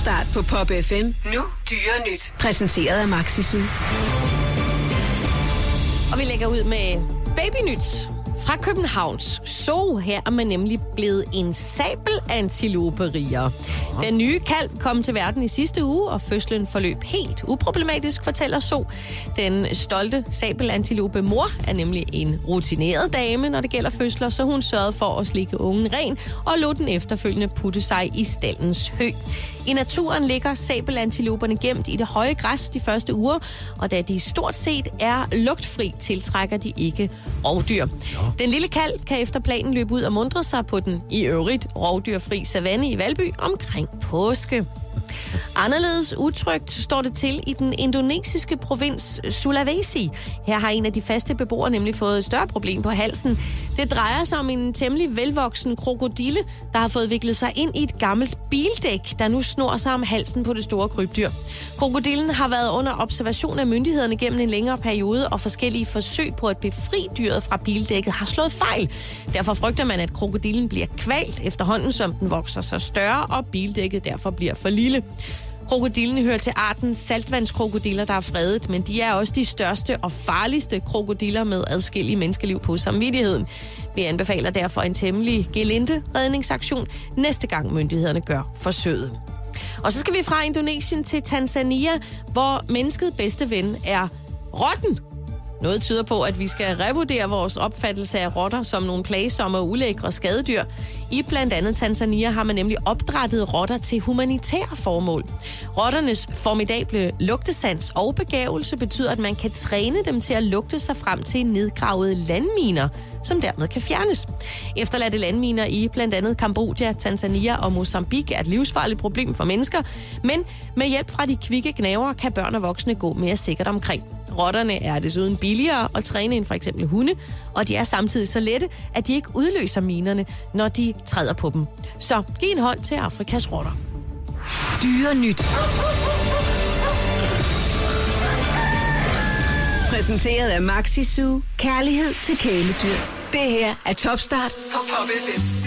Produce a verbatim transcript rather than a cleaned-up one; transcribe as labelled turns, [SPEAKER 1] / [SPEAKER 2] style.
[SPEAKER 1] Topstart på Pop F M. Nu dyre nyt. Præsenteret af Maxisu.
[SPEAKER 2] Og vi lægger ud med babynyt. Fra Københavns Zoo. Her er man nemlig blevet en sabelantiloperiger. Den nye kalv kom til verden i sidste uge, og fødslen forløb helt uproblematisk, fortæller Zoo. Den stolte sabelantilope mor er nemlig en rutineret dame, når det gælder fødsler, så hun sørgede for at slikke ungen ren og lod den efterfølgende putte sig i staldens hø. I naturen ligger sabelantiloperne gemt i det høje græs de første uger, og da de stort set er lugtfri, tiltrækker de ikke rovdyr. Ja. Den lille kalv kan efter planen løbe ud og muntre sig på den i øvrigt rovdyrfri savanne i Valby omkring påske. Anderledes utrygt står det til i den indonesiske provins Sulawesi. Her har en af de faste beboere nemlig fået et større problem på halsen. Det drejer sig om en temmelig velvoksen krokodille, der har fået viklet sig ind i et gammelt bildæk, der nu snor sig om halsen på det store krybdyr. Krokodillen har været under observation af myndighederne gennem en længere periode, og forskellige forsøg på at befri dyret fra bildækket har slået fejl. Derfor frygter man, at krokodillen bliver kvalt efterhånden, som den vokser sig større, og bildækket derfor bliver for lille. Krokodillene hører til arten saltvandskrokodiller, der er fredet, men de er også de største og farligste krokodiller med adskillige menneskeliv på samvittigheden. Vi anbefaler derfor en temmelig gelinde redningsaktion næste gang myndighederne gør forsøget. Og så skal vi fra Indonesien til Tanzania, hvor menneskets bedste ven er rotten. Noget tyder på, at vi skal revurdere vores opfattelse af rotter som nogle plagsomme og ulækre skadedyr. I blandt andet Tanzania har man nemlig opdrættet rotter til humanitære formål. Rotternes formidable lugtesans og begævelse betyder, at man kan træne dem til at lugte sig frem til nedgravede landminer, som dermed kan fjernes. Efterladte landminer i blandt andet Kambodja, Tanzania og Mozambique er et livsfarligt problem for mennesker, men med hjælp fra de kvikke gnavere kan børn og voksne gå mere sikkert omkring. Rotterne er desuden billigere at træne end for eksempel hunde, og de er samtidig så lette, at de ikke udløser minerne, når de træder på dem. Så giv en hånd til Afrikas rotter.
[SPEAKER 1] Dyre nyt. Præsenteret af Maxisu. Kærlighed til kæledyr. Det her er Topstart på Pop F M.